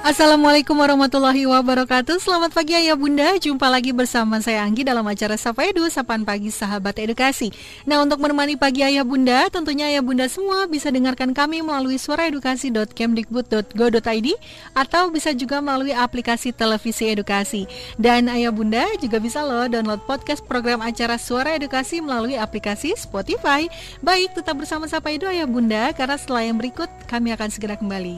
Assalamualaikum warahmatullahi wabarakatuh. Selamat pagi Ayah Bunda. Jumpa lagi bersama saya Anggi dalam acara Sapa Edu, Sapaan Pagi Sahabat Edukasi. Nah, untuk menemani pagi Ayah Bunda, tentunya Ayah Bunda semua bisa dengarkan kami melalui suaraedukasi.kemdikbud.go.id atau bisa juga melalui aplikasi televisi edukasi. Dan Ayah Bunda juga bisa loh download podcast program acara Suara Edukasi melalui aplikasi Spotify. Baik, tetap bersama Sapa Edu Ayah Bunda, karena setelah yang berikut kami akan segera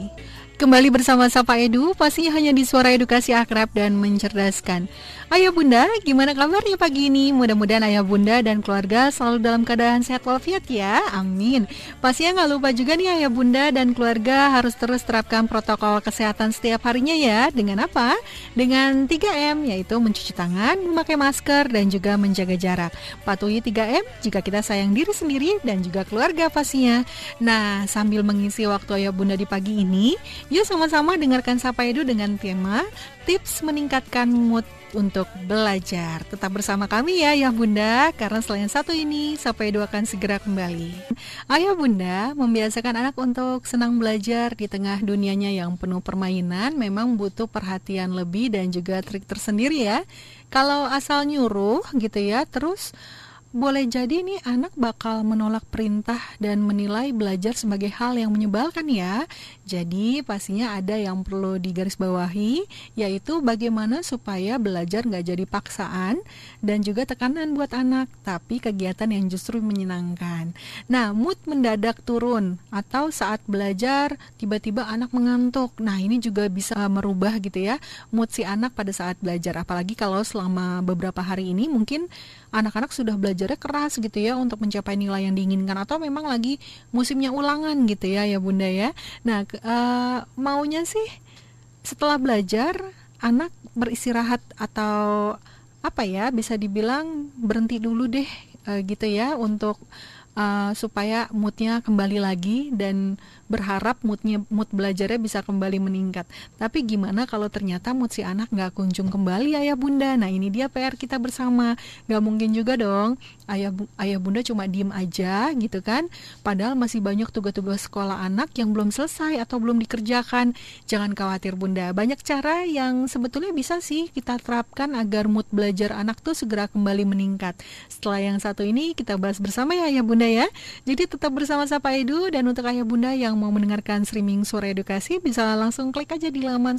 Kembali bersama Sapa Edu, pastinya hanya di Suara Edukasi Akrab dan Mencerdaskan. Ayah Bunda, gimana kabarnya pagi ini? Mudah-mudahan Ayah Bunda dan keluarga selalu dalam keadaan sehat walafiat ya, amin. Pastinya gak lupa juga nih Ayah Bunda dan keluarga harus terus terapkan protokol kesehatan setiap harinya ya. Dengan apa? Dengan 3M, yaitu mencuci tangan, memakai masker, dan juga menjaga jarak. Patuhi 3M jika kita sayang diri sendiri dan juga keluarga pastinya. Nah, sambil mengisi waktu Ayah Bunda di pagi ini, yuk sama-sama dengarkan Sapa Edu dengan tema Tips Meningkatkan Mood untuk Belajar. Tetap bersama kami ya Ayah Bunda, karena selain satu ini Sapa Edu akan segera kembali. Ayah Bunda, membiasakan anak untuk senang belajar di tengah dunianya yang penuh permainan memang butuh perhatian lebih dan juga trik tersendiri ya. Kalau asal nyuruh gitu ya, terus boleh jadi nih anak bakal menolak perintah dan menilai belajar sebagai hal yang menyebalkan ya. Jadi pastinya ada yang perlu digarisbawahi, yaitu bagaimana supaya belajar gak jadi paksaan dan juga tekanan buat anak, tapi kegiatan yang justru menyenangkan. Nah, mood mendadak turun atau saat belajar tiba-tiba anak mengantuk. Nah, ini juga bisa merubah gitu ya mood si anak pada saat belajar. Apalagi kalau selama beberapa hari ini mungkin anak-anak sudah belajarnya keras gitu ya untuk mencapai nilai yang diinginkan, atau memang lagi musimnya ulangan gitu ya Bunda ya. Nah, maunya sih setelah belajar anak beristirahat atau apa ya, bisa dibilang berhenti dulu deh gitu ya, untuk supaya moodnya kembali lagi dan berharap mood belajarnya bisa kembali meningkat. Tapi gimana kalau ternyata mood si anak gak kunjung kembali Ayah Bunda? Nah, ini dia PR kita bersama. Gak mungkin juga dong Ayah Bunda cuma diem aja gitu kan, padahal masih banyak tugas-tugas sekolah anak yang belum selesai atau belum dikerjakan. Jangan khawatir Bunda, banyak cara yang sebetulnya bisa sih kita terapkan agar mood belajar anak tuh segera kembali meningkat. Setelah yang satu ini kita bahas bersama ya Ayah Bunda ya. Jadi tetap bersama Sapa Edu, dan untuk Ayah Bunda yang mau mendengarkan streaming Suara Edukasi bisa langsung klik aja di laman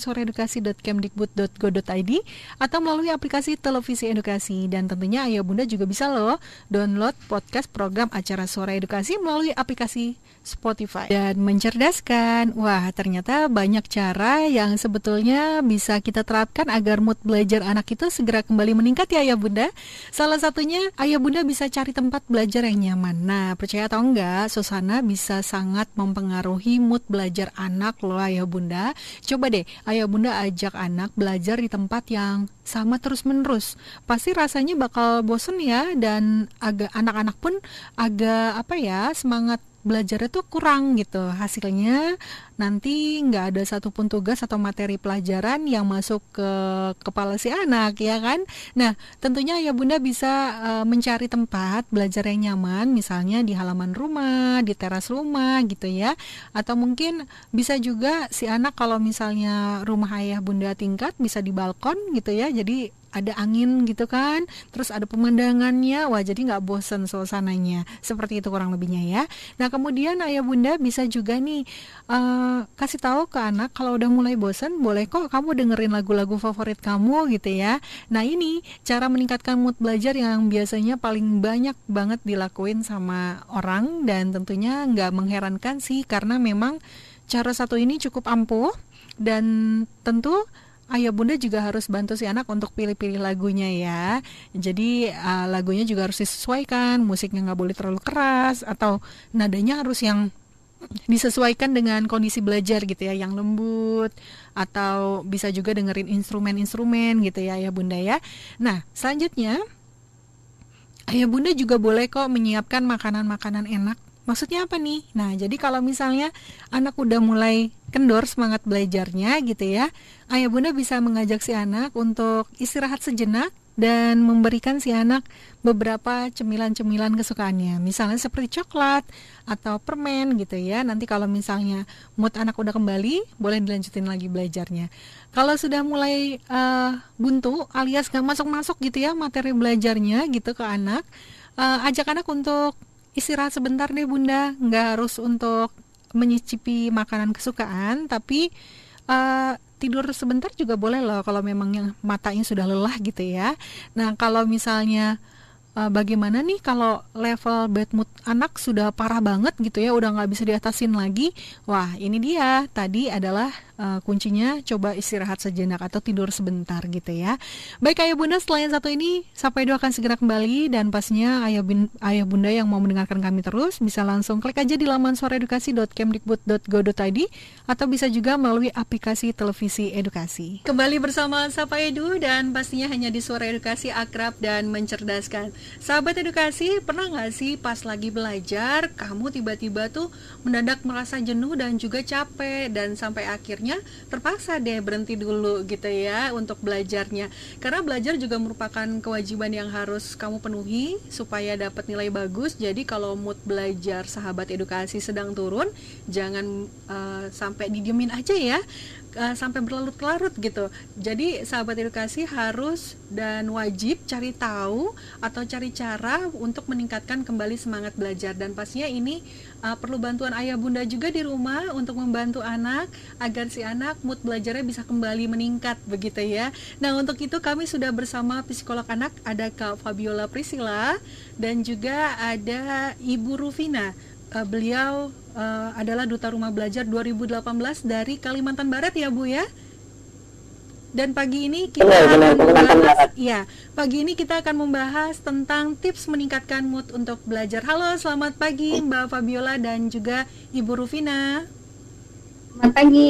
suaraedukasi.kemdikbud.go.id atau melalui aplikasi televisi edukasi. Dan tentunya Ayah Bunda juga bisa loh download podcast program acara Suara Edukasi melalui aplikasi Spotify. Dan mencerdaskan, wah ternyata banyak cara yang sebetulnya bisa kita terapkan agar mood belajar anak itu segera kembali meningkat ya Ayah Bunda. Salah satunya Ayah Bunda bisa cari tempat belajar yang nyaman. Nah, percaya atau enggak, suasana bisa sangat mempengaruhi mood belajar anak loh Ayah Bunda. Coba deh Ayah Bunda ajak anak belajar di tempat yang sama terus-menerus. Pasti rasanya bakal bosen ya, dan anak-anak pun agak semangat belajarnya tuh kurang gitu. Hasilnya nanti nggak ada satupun tugas atau materi pelajaran yang masuk ke kepala si anak ya kan. Nah, tentunya ya Bunda bisa mencari tempat belajar yang nyaman, misalnya di halaman rumah, di teras rumah gitu ya. Atau mungkin bisa juga si anak kalau misalnya rumah Ayah Bunda tingkat, bisa di balkon gitu ya. Jadi ada angin gitu kan, terus ada pemandangannya, wah jadi nggak bosen suasananya. Seperti itu kurang lebihnya ya. Nah, kemudian Ayah Bunda bisa juga nih kasih tahu ke anak kalau udah mulai bosen, boleh kok kamu dengerin lagu-lagu favorit kamu gitu ya. Nah, ini cara meningkatkan mood belajar yang biasanya paling banyak banget dilakuin sama orang, dan tentunya nggak mengherankan sih, karena memang cara satu ini cukup ampuh, dan tentu Ayah Bunda juga harus bantu si anak untuk pilih-pilih lagunya ya. Jadi lagunya juga harus disesuaikan, musiknya nggak boleh terlalu keras, atau nadanya harus yang disesuaikan dengan kondisi belajar gitu ya, yang lembut, atau bisa juga dengerin instrumen-instrumen gitu ya Ayah Bunda ya. Nah, selanjutnya Ayah Bunda juga boleh kok menyiapkan makanan-makanan enak. Maksudnya apa nih? Nah, jadi kalau misalnya anak udah mulai kendor semangat belajarnya gitu ya, Ayah Bunda bisa mengajak si anak untuk istirahat sejenak dan memberikan si anak beberapa cemilan-cemilan kesukaannya. Misalnya seperti coklat atau permen gitu ya. Nanti kalau misalnya mood anak udah kembali, boleh dilanjutin lagi belajarnya. Kalau sudah mulai buntu alias gak masuk-masuk gitu ya materi belajarnya gitu ke anak, ajak anak untuk istirahat sebentar deh Bunda. Nggak harus untuk menyicipi makanan kesukaan, tapi tidur sebentar juga boleh loh kalau memang yang matanya sudah lelah gitu ya. Nah kalau misalnya bagaimana nih kalau level bad mood anak sudah parah banget gitu ya, udah nggak bisa diatasin lagi. Wah ini dia tadi adalah kuncinya, coba istirahat sejenak atau tidur sebentar gitu ya. Baik Ayah Bunda, setelah yang satu ini Sapa Edu akan segera kembali, dan pastinya Ayah Bunda yang mau mendengarkan kami terus bisa langsung klik aja di laman suaraedukasi.kemdikbud.go.id atau bisa juga melalui aplikasi televisi edukasi. Kembali bersama Sapa Edu, dan pastinya hanya di Suara Edukasi, akrab dan mencerdaskan. Sahabat edukasi, pernah nggak sih pas lagi belajar kamu tiba-tiba tuh mendadak merasa jenuh dan juga capek, dan sampai akhirnya terpaksa deh berhenti dulu gitu ya untuk belajarnya, karena belajar juga merupakan kewajiban yang harus kamu penuhi supaya dapat nilai bagus. Jadi kalau mood belajar sahabat edukasi sedang turun, jangan sampai didiemin aja ya, sampai berlarut-larut gitu. Jadi sahabat edukasi harus dan wajib cari tahu atau cari cara untuk meningkatkan kembali semangat belajar, dan pastinya ini perlu bantuan ayah bunda juga di rumah untuk membantu anak agar si anak mood belajarnya bisa kembali meningkat begitu ya. Nah untuk itu kami sudah bersama psikolog anak, ada Kak Fabiola Priscilla dan juga ada Ibu Rufina. Beliau adalah Duta Rumah Belajar 2018 dari Kalimantan Barat ya Bu ya. Dan pagi ini kita akan membahas, ya, pagi ini kita akan membahas tentang tips meningkatkan mood untuk belajar. Halo, selamat pagi Mbak Fabiola dan juga Ibu Rufina. Selamat pagi.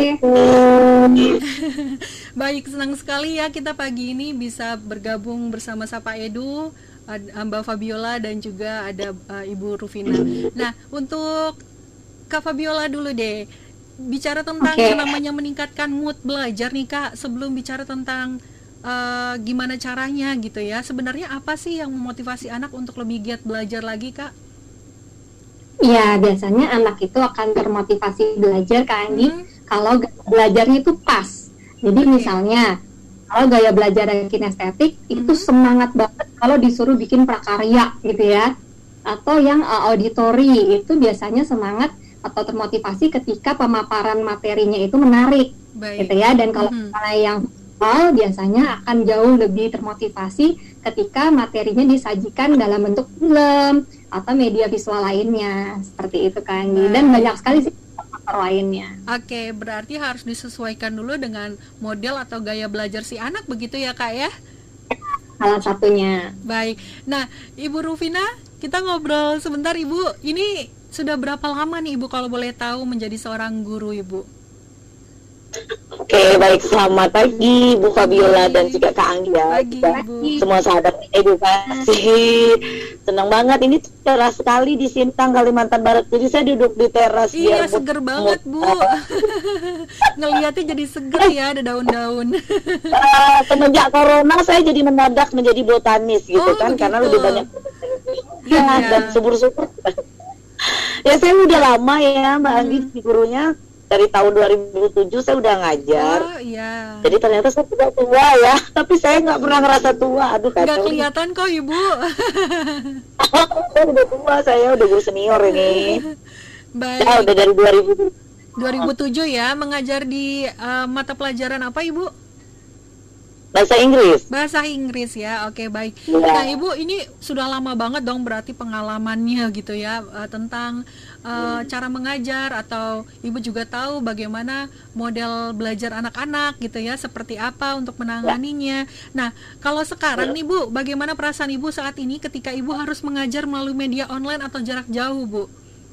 Baik, senang sekali ya kita pagi ini bisa bergabung bersama Sapa Edu, Mbak Fabiola dan juga ada Ibu Rufina. Nah, untuk Kak Fabiola dulu deh, bicara tentang yang namanya meningkatkan mood belajar nih Kak. Sebelum bicara tentang gimana caranya gitu ya, sebenarnya apa sih yang memotivasi anak untuk lebih giat belajar lagi Kak? Ya, biasanya anak itu akan termotivasi belajar Kak Andi kalau belajarnya itu pas. Jadi misalnya kalau gaya belajar yang kinestetik itu semangat banget kalau disuruh bikin prakarya gitu ya, atau yang auditori itu biasanya semangat atau termotivasi ketika pemaparan materinya itu menarik. Baik. Gitu ya. Dan kalau misalnya yang visual biasanya akan jauh lebih termotivasi ketika materinya disajikan dalam bentuk film atau media visual lainnya, seperti itu kan. Dan banyak sekali sih faktor lainnya. Oke, berarti harus disesuaikan dulu dengan model atau gaya belajar si anak begitu ya Kak ya? Salah satunya. Baik. Nah, Ibu Rufina, kita ngobrol sebentar Ibu. Ini sudah berapa lama nih Ibu kalau boleh tahu menjadi seorang guru Ibu? Oke, baik, selamat pagi Bu Fabiola dan juga Kak Anggia. Pagi, Ibu. Semua sahabat edukasi. Senang banget, ini teras sekali di Sintang, Kalimantan Barat. Jadi saya duduk di teras. Iya, seger banget Bu. Ngelihatnya jadi seger ya, ada daun-daun. Semenjak corona saya jadi mendadak menjadi botanis gitu kan, begitu. Karena lebih banyak dan subur-subur. Ya saya udah lama ya Mbak Andi di gurunya, dari tahun 2007 saya udah ngajar. Oh iya. Jadi ternyata saya sudah tua ya, tapi saya nggak pernah ngerasa tua. Aduh, nggak kelihatan kok Ibu. Saya udah tua, saya udah guru senior ini. Baik. Ya, udah dari 2007 ya, mengajar di mata pelajaran apa Ibu? Bahasa Inggris. Bahasa Inggris ya, oke baik. Ya. Nah Ibu, ini sudah lama banget dong berarti pengalamannya gitu ya, tentang cara mengajar, atau Ibu juga tahu bagaimana model belajar anak-anak gitu ya, seperti apa untuk menanganinya. Nah kalau sekarang nih Bu, bagaimana perasaan Ibu saat ini ketika Ibu harus mengajar melalui media online atau jarak jauh Bu?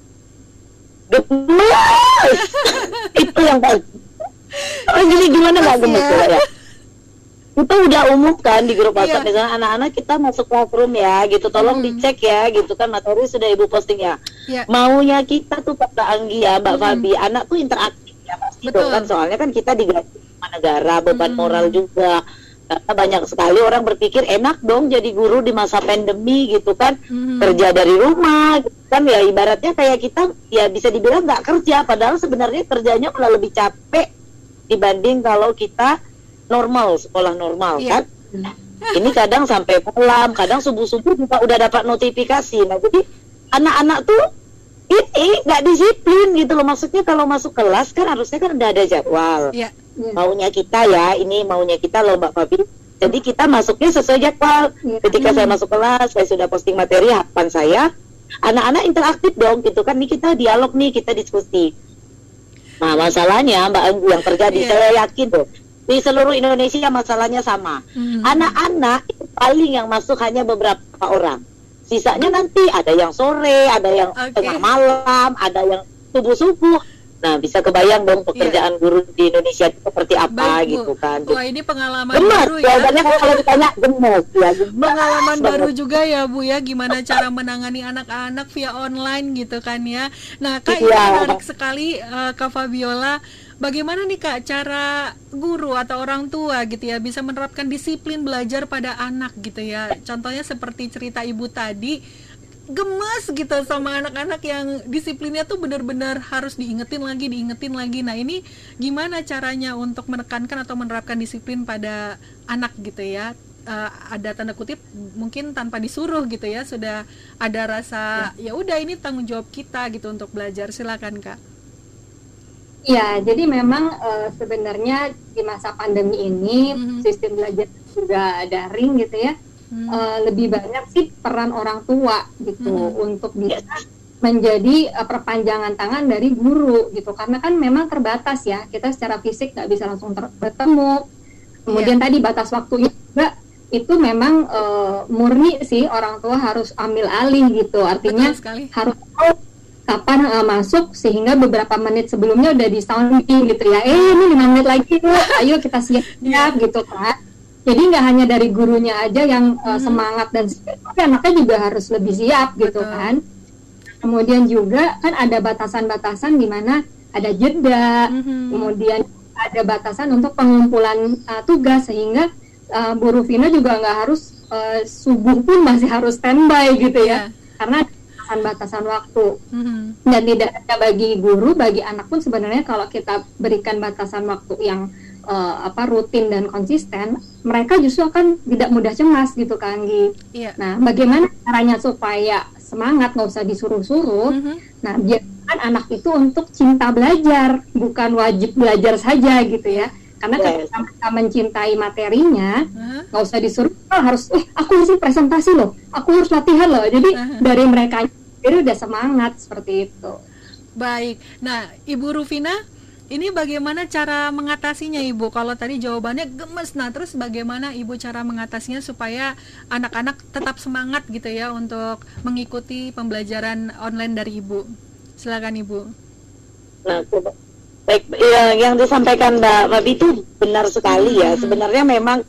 Gemes. Itu yang paling. Jadi gimana nggak gemes ya? Kita udah umumkan di grup WhatsApp, misalnya anak-anak kita masuk classroom ya gitu, tolong dicek ya gitu kan, materi sudah Ibu posting ya. Maunya kita tuh Pak Anggi ya, Mbak Fabi, anak tuh interaktif ya pasti tuh kan, soalnya kan kita digaji sama negara, beban moral juga. Karena banyak sekali orang berpikir enak dong jadi guru di masa pandemi gitu kan, kerja dari rumah gitu kan, ya ibaratnya kayak kita ya bisa dibilang nggak kerja, padahal sebenarnya kerjanya malah lebih capek dibanding kalau kita normal, sekolah normal kan. Ini kadang sampai malam, kadang subuh-subuh juga udah dapat notifikasi. Nah jadi anak-anak tuh ini nggak disiplin gitu loh. Maksudnya kalau masuk kelas kan harusnya kan udah ada jadwal. Maunya kita ya, ini maunya kita loh Mbak Fabi. Jadi kita masuknya sesuai jadwal. Ketika saya masuk kelas, saya sudah posting materi harapan saya. Anak-anak interaktif dong gitu kan. Nih kita dialog nih, kita diskusi. Nah masalahnya Mbak Anggu yang terjadi, saya yakin tuh di seluruh Indonesia masalahnya sama. Anak-anak itu paling yang masuk hanya beberapa orang. Sisanya nanti ada yang sore, ada yang tengah malam, ada yang subuh-subuh. Nah, bisa kebayang dong pekerjaan guru di Indonesia itu seperti apa. Baik, gitu kan. Wah, ini pengalaman gemes, baru ya. Jawabannya kalau ditanya gemes ya. Pengalaman baru juga ya Bu ya, gimana cara menangani anak-anak via online gitu kan ya. Nah, Kak, ini menarik sekali Kak Fabiola. Bagaimana nih Kak cara guru atau orang tua gitu ya bisa menerapkan disiplin belajar pada anak gitu ya. Contohnya seperti cerita Ibu tadi, gemes gitu sama anak-anak yang disiplinnya tuh benar-benar harus diingetin lagi. Nah ini gimana caranya untuk menekankan atau menerapkan disiplin pada anak gitu ya. Ada tanda kutip mungkin tanpa disuruh gitu ya, sudah ada rasa ya udah ini tanggung jawab kita gitu untuk belajar. Silakan Kak. Ya, jadi memang sebenarnya di masa pandemi ini sistem belajar juga daring gitu ya. Lebih banyak sih peran orang tua gitu untuk bisa menjadi perpanjangan tangan dari guru gitu, karena kan memang terbatas ya, kita secara fisik nggak bisa langsung bertemu. Kemudian tadi batas waktunya juga itu memang murni sih orang tua harus ambil alih gitu, artinya harus tahu kapan masuk sehingga beberapa menit sebelumnya udah di sounding gitu ya, ini 5 menit lagi tuh, ayo kita siap-siap gitu kan. Jadi nggak hanya dari gurunya aja yang semangat dan siap, tapi anaknya juga harus lebih siap gitu kan. Kemudian juga kan ada batasan-batasan di mana ada jeda, kemudian ada batasan untuk pengumpulan tugas, sehingga Bu Rufina juga nggak harus subuh pun masih harus standby gitu ya, karena batasan waktu. Dan tidak hanya bagi guru, bagi anak pun sebenarnya kalau kita berikan batasan waktu yang rutin dan konsisten, mereka justru akan tidak mudah cemas gitu kan, Gi. Nah, bagaimana caranya supaya semangat, nggak usah disuruh-suruh. Nah, biarkan anak itu untuk cinta belajar, bukan wajib belajar saja gitu ya. Karena ketika mereka mencintai materinya, nggak usah disuruh, harus, aku harus presentasi loh, aku harus latihan loh. Jadi dari mereka sendiri udah semangat seperti itu. Baik, nah Ibu Rufina, ini bagaimana cara mengatasinya Ibu? Kalau tadi jawabannya gemes, nah terus bagaimana Ibu cara mengatasinya supaya anak-anak tetap semangat gitu ya untuk mengikuti pembelajaran online dari Ibu? Silakan Ibu. Nah, baik, yang disampaikan Mbak Mabi itu benar sekali ya. Sebenarnya memang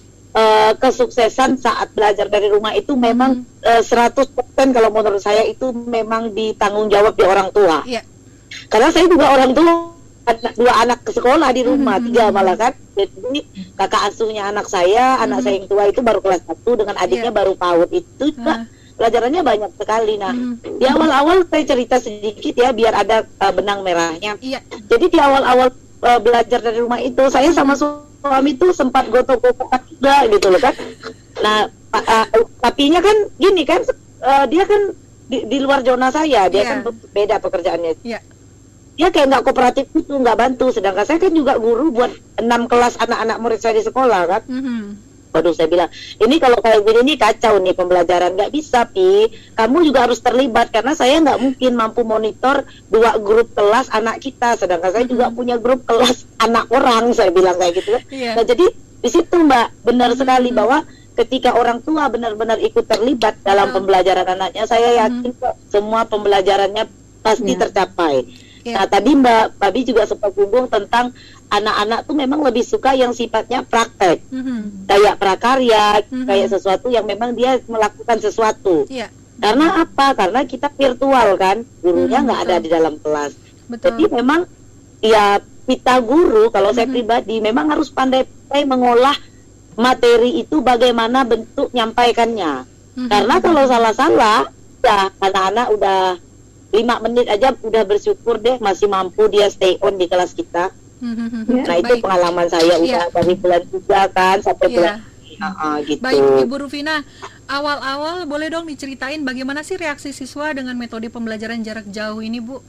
kesuksesan saat belajar dari rumah itu memang 100% kalau menurut saya itu memang ditanggung jawab di orang tua. Karena saya juga orang tua, 2 anak ke sekolah di rumah, 3 malah kan. Jadi kakak asuhnya anak saya yang tua itu baru kelas 1 dengan adiknya baru PAUD. Itu juga pelajarannya banyak sekali. Nah, di awal-awal saya cerita sedikit ya biar ada benang merahnya. Jadi di awal-awal belajar dari rumah itu saya sama suami itu sempat gotok-gotokan juga gitu loh kan. Nah, tapinya kan gini kan, dia kan di luar zona saya, dia kan beda pekerjaannya. Dia kayak nggak kooperatif itu, nggak bantu. Sedangkan saya kan juga guru buat 6 kelas anak-anak murid saya di sekolah kan. Waduh, saya bilang, ini kalau kayak gini nih kacau nih pembelajaran, nggak bisa Pi. Kamu juga harus terlibat, karena saya nggak mungkin mampu monitor 2 grup kelas anak kita. Sedangkan saya juga punya grup kelas anak orang, saya bilang kayak gitu. Nah jadi di situ Mbak, benar sekali bahwa ketika orang tua benar-benar ikut terlibat dalam pembelajaran anaknya, saya yakin kok semua pembelajarannya pasti tercapai. Nah tadi Mbak Babi juga sempat singgung tentang anak-anak tuh memang lebih suka yang sifatnya praktek, kayak prakarya, kayak sesuatu yang memang dia melakukan sesuatu. Karena apa? Karena kita virtual kan, gurunya nggak ada di dalam kelas. Jadi memang ya kita guru, kalau saya pribadi memang harus pandai-pandai mengolah materi itu bagaimana bentuk nyampaikannya. Karena kalau salah-salah, ya anak-anak udah 5 menit aja udah bersyukur deh masih mampu dia stay on di kelas kita. Nah itu pengalaman saya udah dari bulan 3 kan sampai bulan gitu. Baik Ibu Rufina, awal-awal boleh dong diceritain bagaimana sih reaksi siswa dengan metode pembelajaran jarak jauh ini, Bu?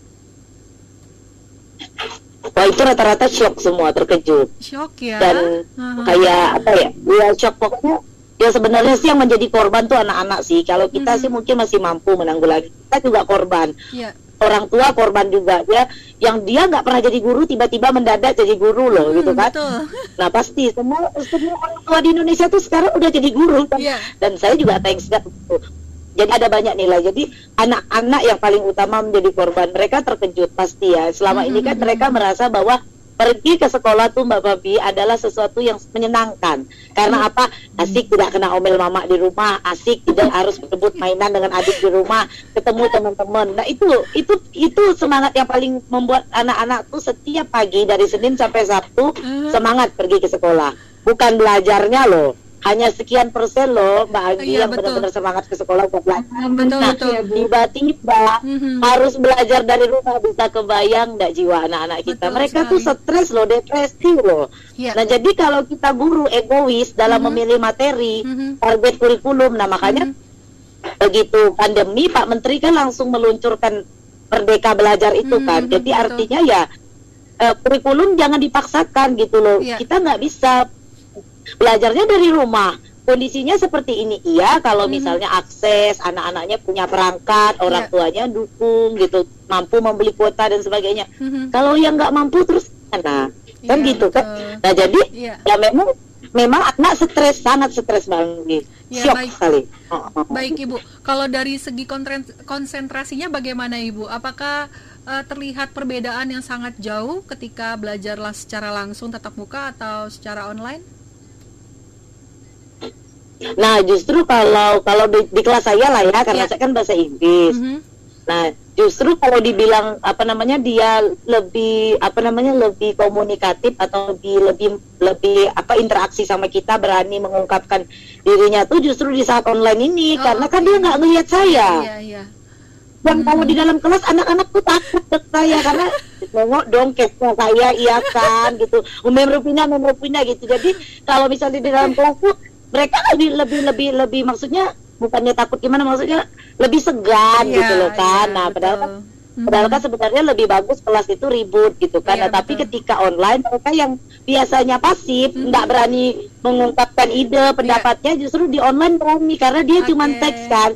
Wah itu rata-rata shock semua, terkejut. Shock ya. Dan kayak apa ya? Ya shock pokoknya. Ya sebenarnya sih yang menjadi korban tuh anak-anak sih. Kalau kita sih mungkin masih mampu menanggulangi. Kita juga korban. Orang tua korban juga ya. Yang dia nggak pernah jadi guru tiba-tiba mendadak jadi guru loh gitu kan. Betul. Nah pasti semua orang tua di Indonesia tuh sekarang udah jadi guru kan. Dan saya juga thanks God gitu. Jadi ada banyak nilai. Jadi anak-anak yang paling utama menjadi korban. Mereka terkejut pasti ya. Selama ini kan mereka merasa bahwa pergi ke sekolah tuh Mbak Babi adalah sesuatu yang menyenangkan. Karena apa? Asik tidak kena omel mama di rumah, asik tidak harus berebut mainan dengan adik di rumah, ketemu teman-teman. Nah itu semangat yang paling membuat anak-anak tuh setiap pagi dari Senin sampai Sabtu semangat pergi ke sekolah. Bukan belajarnya loh. Hanya sekian persen loh Mbak Agi yang benar-benar semangat ke sekolah buat belajar. Tiba-tiba harus belajar dari rumah, bisa kebayang nggak jiwa anak-anak kita. Mereka tuh stres loh, depresi loh. Nah jadi kalau kita guru egois dalam memilih materi, target kurikulum, nah makanya begitu pandemi Pak Menteri kan langsung meluncurkan Merdeka Belajar itu kan. Jadi artinya ya kurikulum jangan dipaksakan gitu loh. Kita nggak bisa belajarnya dari rumah. Kondisinya seperti ini iya kalau misalnya akses, anak-anaknya punya perangkat, orang tuanya dukung gitu, mampu membeli kuota dan sebagainya. Kalau yang nggak mampu terus kan gitu kan. Nah jadi ya memang anak stres, sangat stres banget. Syok sekali. Baik Ibu, kalau dari segi konsentrasinya bagaimana Ibu? Apakah terlihat perbedaan yang sangat jauh ketika belajarlah secara langsung tatap muka atau secara online? Nah justru kalau di kelas saya lah ya, karena saya kan bahasa Inggris. Nah justru kalau dibilang dia lebih lebih komunikatif atau lebih interaksi sama kita, berani mengungkapkan dirinya tuh justru di saat online ini, karena kan dia nggak ngelihat saya. Dan kalau di dalam kelas anak-anak tuh takut ke saya karena nengok dong case-nya saya, iya kan gitu, memrupina gitu. Jadi kalau misalnya di dalam kelas tuh mereka lebih maksudnya bukannya takut gimana, maksudnya lebih segan gitu loh kan. Nah padahal kan sebenarnya lebih bagus kelas itu ribut gitu kan. Nah, tapi ketika online mereka yang biasanya pasif, nggak berani mengungkapkan ide pendapatnya, justru di online berani karena dia cuma teks kan.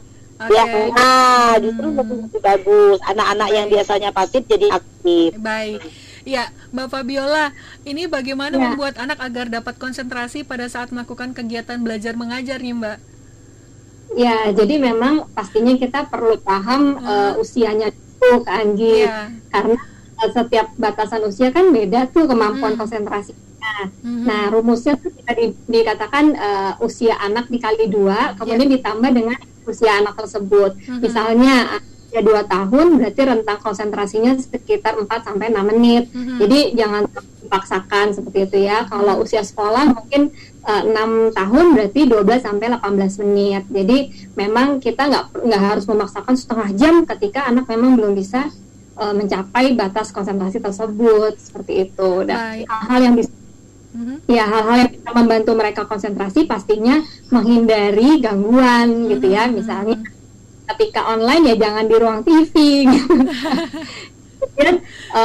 Justru lebih bagus. Anak-anak yang biasanya pasif jadi aktif. Baik. Ya, Mbak Fabiola, ini bagaimana membuat anak agar dapat konsentrasi pada saat melakukan kegiatan belajar mengajar nih, Mbak? Ya, jadi memang pastinya kita perlu paham usianya itu, Kak Anggi. Karena setiap batasan usia kan beda tuh kemampuan konsentrasinya. Nah, rumusnya tuh kita dikatakan usia anak dikali 2, kemudian ditambah dengan usia anak tersebut. Misalnya ya 2 tahun berarti rentang konsentrasinya sekitar 4-6 menit. Jadi jangan dipaksakan seperti itu ya. Kalau usia sekolah mungkin 6 tahun berarti 12-18 menit. Jadi memang kita nggak harus memaksakan setengah jam ketika anak memang belum bisa mencapai batas konsentrasi tersebut, seperti itu. Dan hal-hal yang bisa hal-hal yang bisa membantu mereka konsentrasi pastinya menghindari gangguan gitu ya. Misalnya ketika online ya jangan di ruang TV gitu. Dan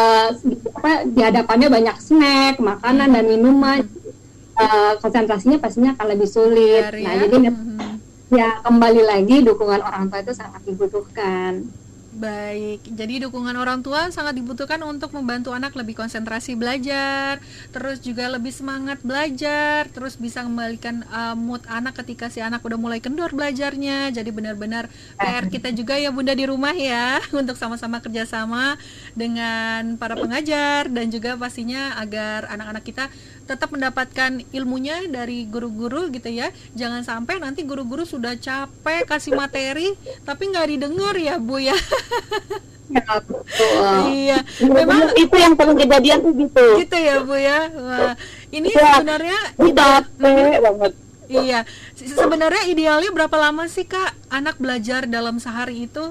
di hadapannya banyak snack, makanan dan minuman, konsentrasinya pastinya akan lebih sulit. Jadi ya kembali lagi dukungan orang tua itu sangat dibutuhkan. Baik, jadi dukungan orang tua sangat dibutuhkan untuk membantu anak lebih konsentrasi belajar, terus juga lebih semangat belajar, terus bisa kembalikan mood anak ketika si anak udah mulai kendor belajarnya. Jadi benar-benar PR kita juga ya Bunda di rumah ya, untuk sama-sama kerjasama dengan para pengajar dan juga pastinya agar anak-anak kita tetap mendapatkan ilmunya dari guru-guru gitu ya. Jangan sampai nanti guru-guru sudah capek kasih materi tapi nggak didengar ya Bu ya. Ya, betul. Iya, memang itu yang paling kejadian tuh gitu. gitu ya Bu ya. Wah, ini Ya, sebenarnya capek banget. iya, sebenarnya idealnya berapa lama sih Kak anak belajar dalam sehari itu?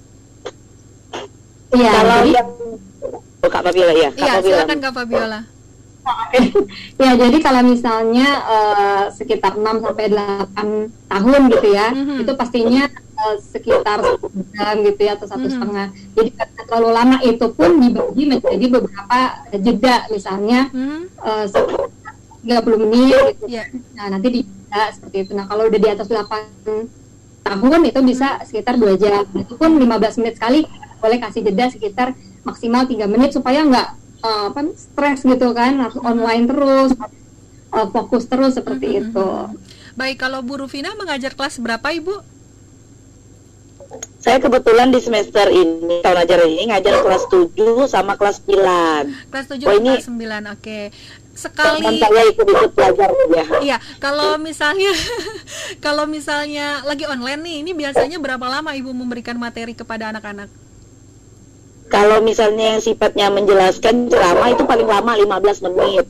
Iya, Kalau jadi yang Kak Fabiola ya, Kak Iya, Fabiola. silakan Kak Fabiola. ya jadi kalau misalnya sekitar 6 sampai 8 tahun gitu ya, itu pastinya sekitar 10 jam gitu ya atau 1,5. Jadi karena terlalu lama itu pun dibagi menjadi beberapa jeda, misalnya 30 menit gitu. Iya. Nah, nanti dijeda seperti itu. Nah, kalau udah di atas 8 tahun itu bisa sekitar 2 jam. Itu pun 15 menit sekali, boleh kasih jeda sekitar maksimal 3 menit supaya nggak stres gitu kan, harus online terus, fokus terus seperti itu. Baik, kalau Bu Rufina mengajar kelas berapa Ibu? Saya kebetulan di semester ini, tahun ajaran ini ngajar kelas 7 sama kelas 9. Kelas 7 Oh, ini kelas 9, oke. Sekali teman saya ikut belajar ya. Iya, kalau misalnya kalau misalnya lagi online nih, ini biasanya berapa lama Ibu memberikan materi kepada anak-anak? Kalau misalnya yang sifatnya menjelaskan ceramah itu paling lama 15 menit.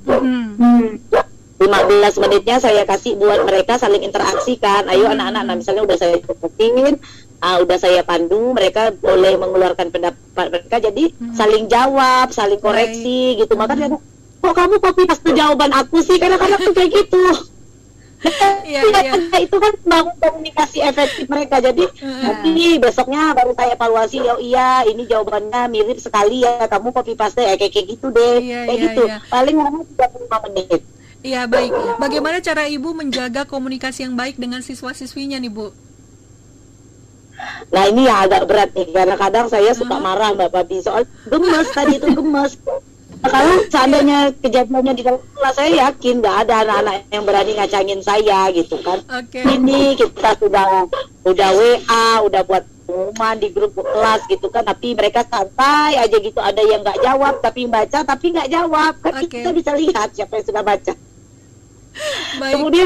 15 menitnya saya kasih buat mereka saling interaksi kan. Ayo anak-anak, nah misalnya udah saya cepetin, udah saya pandu, mereka boleh mengeluarkan pendapat mereka, jadi saling jawab, saling koreksi gitu. Makanya kok kamu copy paste jawaban aku sih, kadang-kadang tuh kayak gitu. Iya. Itu kan membangun komunikasi efektif mereka. Jadi nanti besoknya baru saya evaluasi, oh iya ini jawabannya mirip sekali ya, kamu copy paste kayak gitu deh. Gitu. Paling lama 35 menit. Iya, baik. Bagaimana cara Ibu menjaga komunikasi yang baik dengan siswa-siswinya nih Bu? Nah ini ya agak berat nih, karena kadang saya suka marah Mbak Fabi soal gemes tadi itu gemes. Kalau seandainya kejadiannya di dalam kelas, saya yakin nggak ada anak-anak yang berani ngacangin saya gitu kan. Ini kita sudah WA, udah buat pengumuman di grup kelas gitu kan, tapi mereka santai aja gitu. Ada yang nggak jawab tapi baca tapi nggak jawab kan, kita bisa lihat siapa yang sudah baca. Kemudian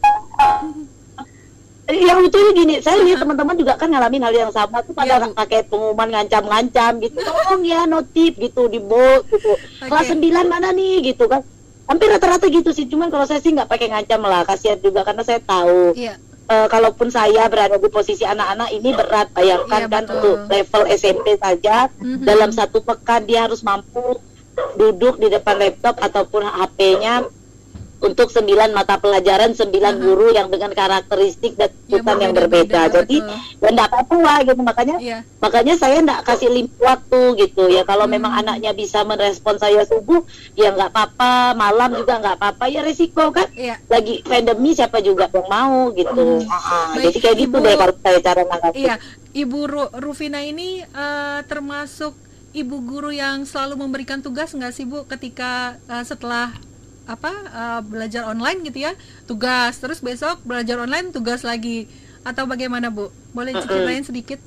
yang lucunya gini, saya lihat teman-teman juga kan ngalamin hal yang sama tuh, pada pakai pengumuman ngancam-ngancam gitu, tolong ya notif gitu di bold gitu, kelas 9 mana nih gitu kan, hampir rata-rata gitu sih. Cuman kalau saya sih nggak pakai ngancam lah, kasihan juga karena saya tahu kalaupun saya berada di posisi anak-anak ini berat, bayangkan kan untuk level SMP saja dalam 1 pekan dia harus mampu duduk di depan laptop ataupun HP-nya untuk 9 mata pelajaran, 9 guru yang dengan karakteristik dan tuntutan yang berbeda. Jadi ya enggak apa-apa gitu, makanya saya enggak kasih waktu gitu ya. Kalau memang anaknya bisa merespon saya subuh, ya enggak apa-apa, malam juga enggak apa-apa, ya resiko kan. Lagi pandemi siapa juga yang mau gitu. Jadi kayak gitu deh kalau saya cara menanggapi. Iya, Ibu Rufina ini termasuk ibu guru yang selalu memberikan tugas enggak sih Bu, ketika setelah belajar online gitu ya, tugas, terus besok belajar online tugas lagi, atau bagaimana Bu? Boleh ceritain sedikit?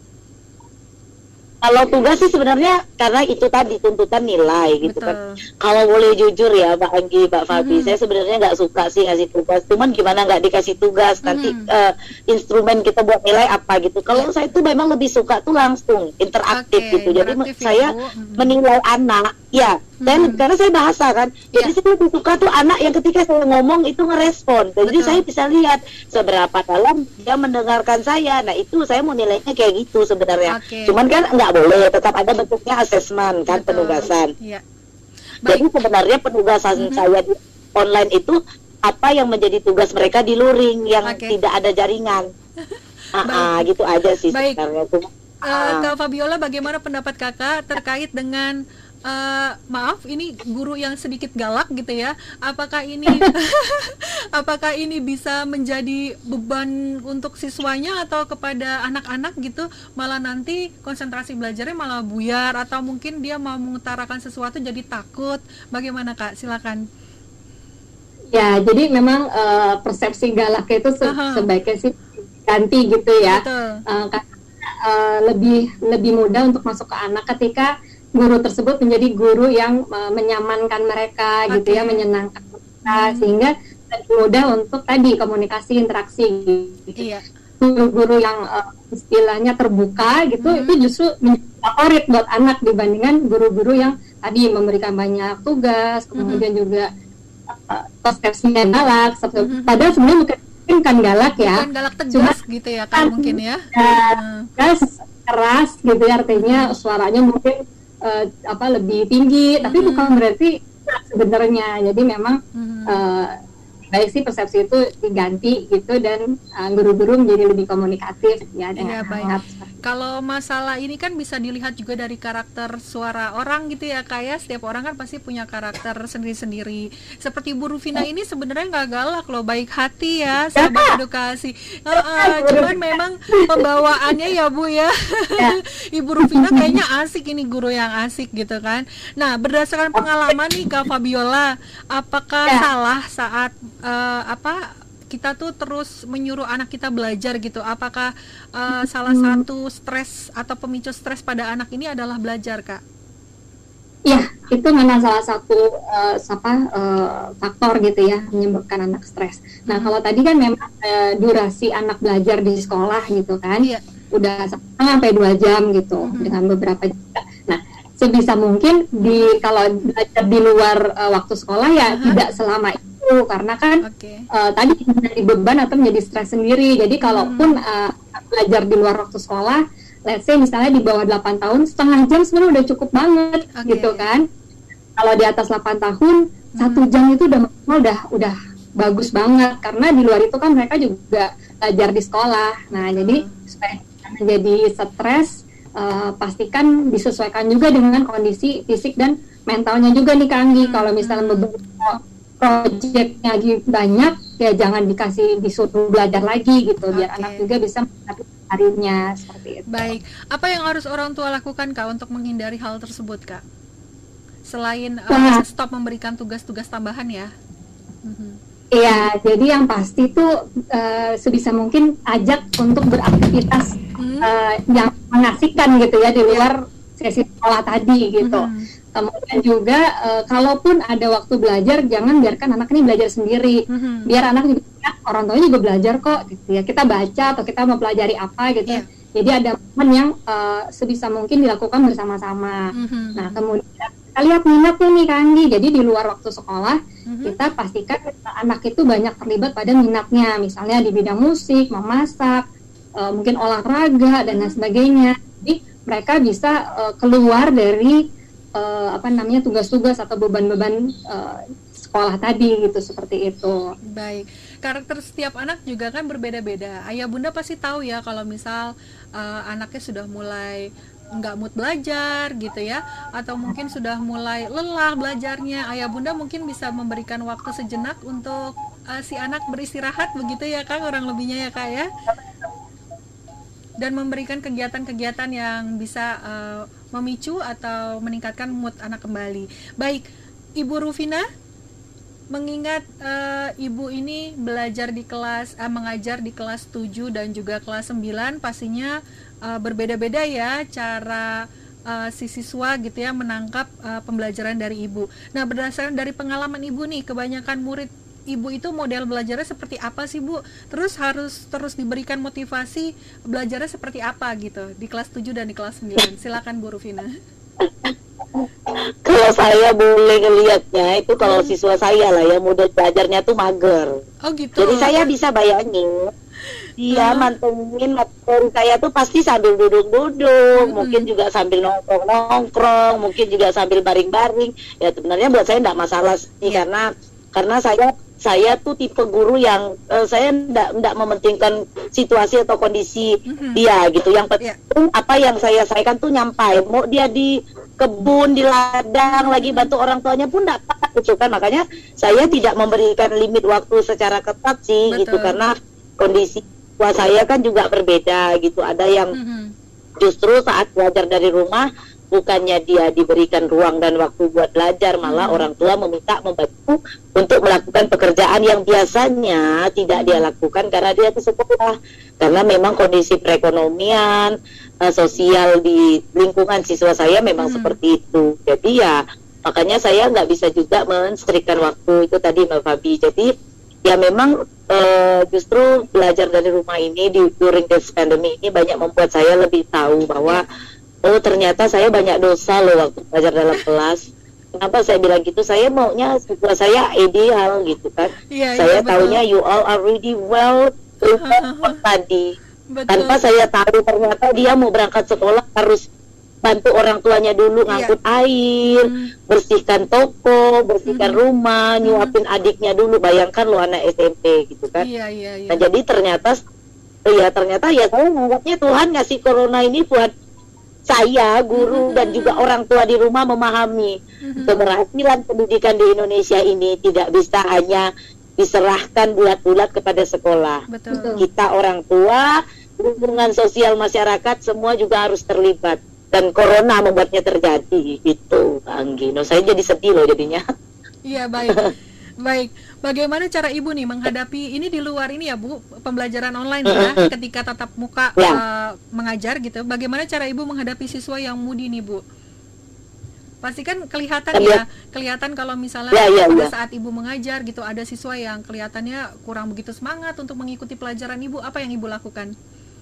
Kalau tugas sih sebenarnya karena itu tadi tuntutan nilai gitu kan. Kalau boleh jujur ya Mbak Anggi, Mbak Fabi, saya sebenarnya nggak suka sih ngasih tugas. Cuman gimana nggak dikasih tugas, nanti instrumen kita buat nilai apa gitu. Kalau saya tuh memang lebih suka tuh langsung interaktif gitu. Jadi saya menilai anak, ya. Karena saya bahasa kan, jadi saya lebih suka tuh anak yang ketika saya ngomong itu ngerespon. Jadi saya bisa lihat seberapa dalam dia mendengarkan saya. Nah itu saya mau nilainya kayak gitu sebenarnya. Cuman kan nggak boleh, tetap ada bentuknya asesmen kan, penugasan. Jadi sebenarnya penugasan saya di online itu apa yang menjadi tugas mereka di luring yang tidak ada jaringan. Gitu aja sih sebenarnya. Kak Fabiola, bagaimana pendapat Kakak terkait dengan maaf, ini guru yang sedikit galak gitu ya. Apakah ini apakah ini bisa menjadi beban untuk siswanya atau kepada anak-anak gitu, malah nanti konsentrasi belajarnya malah buyar, atau mungkin dia mau mengutarakan sesuatu jadi takut. Bagaimana Kak? Silakan. Ya, jadi memang persepsi galak itu sebaiknya sih ganti gitu ya. Karena lebih mudah untuk masuk ke anak ketika guru tersebut menjadi guru yang menyamankan mereka gitu ya, menyenangkan mereka, sehingga lebih mudah untuk tadi komunikasi, interaksi gitu. guru-guru yang istilahnya terbuka gitu, itu justru favorit buat anak dibandingkan guru-guru yang tadi memberikan banyak tugas, kemudian juga stepsnya galak. Padahal sebenarnya mungkin kan galak ya, bukan galak tegas gitu ya kan mungkin ya. Keras gitu ya, artinya suaranya mungkin lebih tinggi, tapi bukan berarti sebenarnya. Jadi memang baik sih persepsi itu diganti gitu, dan guru-guru menjadi lebih komunikatif ya dengan hangat. Kalau masalah ini kan bisa dilihat juga dari karakter suara orang gitu ya, kayak setiap orang kan pasti punya karakter sendiri-sendiri. Seperti Bu Rufina ini sebenarnya nggak galak loh, baik hati ya, sahabat edukasi. Cuman memang pembawaannya ya Bu ya. Ibu Rufina kayaknya asik, ini guru yang asik gitu kan. Nah, berdasarkan pengalaman nih Kak Fabiola, apakah salah saat kita tuh terus menyuruh anak kita belajar gitu? Apakah salah satu stres atau pemicu stres pada anak ini adalah belajar, Kak? Ya, itu memang salah satu faktor gitu ya, menyebabkan anak stres. Nah, kalau tadi kan memang durasi anak belajar di sekolah gitu kan, udah sampai 2 jam gitu, dengan beberapa jam. Nah, sebisa mungkin kalau belajar di luar waktu sekolah ya tidak selama itu, karena kan tadi menjadi beban atau menjadi stres sendiri. Jadi kalaupun belajar di luar waktu sekolah, let's say misalnya di bawah 8 tahun, setengah jam sebenarnya udah cukup banget gitu kan. Kalau di atas 8 tahun, 1 jam itu udah bagus banget, karena di luar itu kan mereka juga belajar di sekolah. Nah, jadi supaya menjadi stres, pastikan disesuaikan juga dengan kondisi fisik dan mentalnya juga nih Kak Anggi. Kalau misalnya proyeknya banyak, ya jangan disuruh belajar lagi gitu, biar anak juga bisa menikmati harinya seperti itu. Baik, apa yang harus orang tua lakukan Kak untuk menghindari hal tersebut Kak? Selain stop memberikan tugas-tugas tambahan ya? Iya, jadi yang pasti tuh sebisa mungkin ajak untuk beraktivitas yang mengasihkan gitu ya, di luar sesi sekolah tadi gitu. Kemudian juga kalaupun ada waktu belajar, jangan biarkan anak ini belajar sendiri. Biar anak juga, orang tuanya juga belajar kok gitu ya. Kita baca atau kita mau pelajari apa gitu. Jadi ada momen yang sebisa mungkin dilakukan bersama-sama. Nah, kemudian kita lihat minatnya nih Kak Andi. Jadi di luar waktu sekolah, kita pastikan anak itu banyak terlibat pada minatnya. Misalnya di bidang musik, memasak, mungkin olahraga dan lain sebagainya. Jadi mereka bisa keluar dari tugas-tugas atau beban-beban sekolah tadi gitu, seperti itu. Baik, karakter setiap anak juga kan berbeda-beda. Ayah bunda pasti tahu ya kalau misal anaknya sudah mulai nggak mood belajar gitu ya, atau mungkin sudah mulai lelah belajarnya. Ayah bunda mungkin bisa memberikan waktu sejenak untuk si anak beristirahat begitu ya Kak, kurang lebihnya ya Kak ya, dan memberikan kegiatan-kegiatan yang bisa memicu atau meningkatkan mood anak kembali. Baik, Ibu Rufina, mengingat Ibu ini mengajar di kelas 7 dan juga kelas 9, pastinya berbeda-beda ya cara si siswa gitu ya menangkap pembelajaran dari Ibu. Nah, berdasarkan dari pengalaman Ibu nih, kebanyakan murid Ibu itu model belajarnya seperti apa sih Bu? Terus harus terus diberikan motivasi belajarnya seperti apa gitu di kelas 7 dan di kelas 9. Silakan Bu Rufina. Kalau saya boleh ngelihatnya itu kalau siswa saya lah ya, model belajarnya tuh mager. Oh gitu. Jadi saya bisa bayangin dia mantengin materi saya tuh pasti sambil duduk-duduk, mungkin juga sambil nongkrong-nongkrong, mungkin juga sambil baring-baring. Ya sebenarnya buat saya enggak masalah sih, karena saya tuh tipe guru yang saya enggak mementingkan situasi atau kondisi dia gitu. Yang penting apa yang saya sampaikan tuh nyampai. Mau dia di kebun, di ladang, lagi bantu orang tuanya pun enggak apa-apa gitu kan. Makanya saya tidak memberikan limit waktu secara ketat sih. Betul. Gitu, karena kondisi tua saya kan juga berbeda gitu. Ada yang justru saat belajar dari rumah, bukannya dia diberikan ruang dan waktu buat belajar, malah orang tua meminta membantu untuk melakukan pekerjaan yang biasanya tidak dia lakukan karena dia ke sekolah. Karena memang kondisi perekonomian, sosial di lingkungan siswa saya memang seperti itu. Jadi ya makanya saya nggak bisa juga menstrikkan waktu itu tadi Mbak Fabi. Jadi ya memang justru belajar dari rumah ini during this pandemic ini banyak membuat saya lebih tahu bahwa oh ternyata saya banyak dosa loh waktu belajar dalam kelas. Kenapa saya bilang gitu? Saya maunya siswa saya ideal gitu kan. Saya taunya you all are really well prepared tadi. Tanpa saya tahu ternyata dia mau berangkat sekolah harus bantu orang tuanya dulu ngangkut air, bersihkan toko, bersihkan rumah, nyuapin adiknya dulu. Bayangkan lo anak SMP gitu kan. Nah jadi ternyata ya saya menganggapnya Tuhan ngasih corona ini buat saya, guru dan juga orang tua di rumah memahami keberhasilan pendidikan di Indonesia ini tidak bisa hanya diserahkan bulat-bulat kepada sekolah. Betul. Kita orang tua, hubungan sosial masyarakat semua juga harus terlibat. Dan corona membuatnya terjadi itu, Anggino. Saya jadi sedih loh jadinya. Iya, baik. Baik. Bagaimana cara Ibu nih menghadapi ini di luar ini ya Bu, pembelajaran online ya, ketika tatap muka mengajar gitu. Bagaimana cara Ibu menghadapi siswa yang moody nih Bu? Pasti kan kelihatan kelihatan kalau misalnya pada saat Ibu mengajar gitu ada siswa yang kelihatannya kurang begitu semangat untuk mengikuti pelajaran Ibu. Apa yang Ibu lakukan?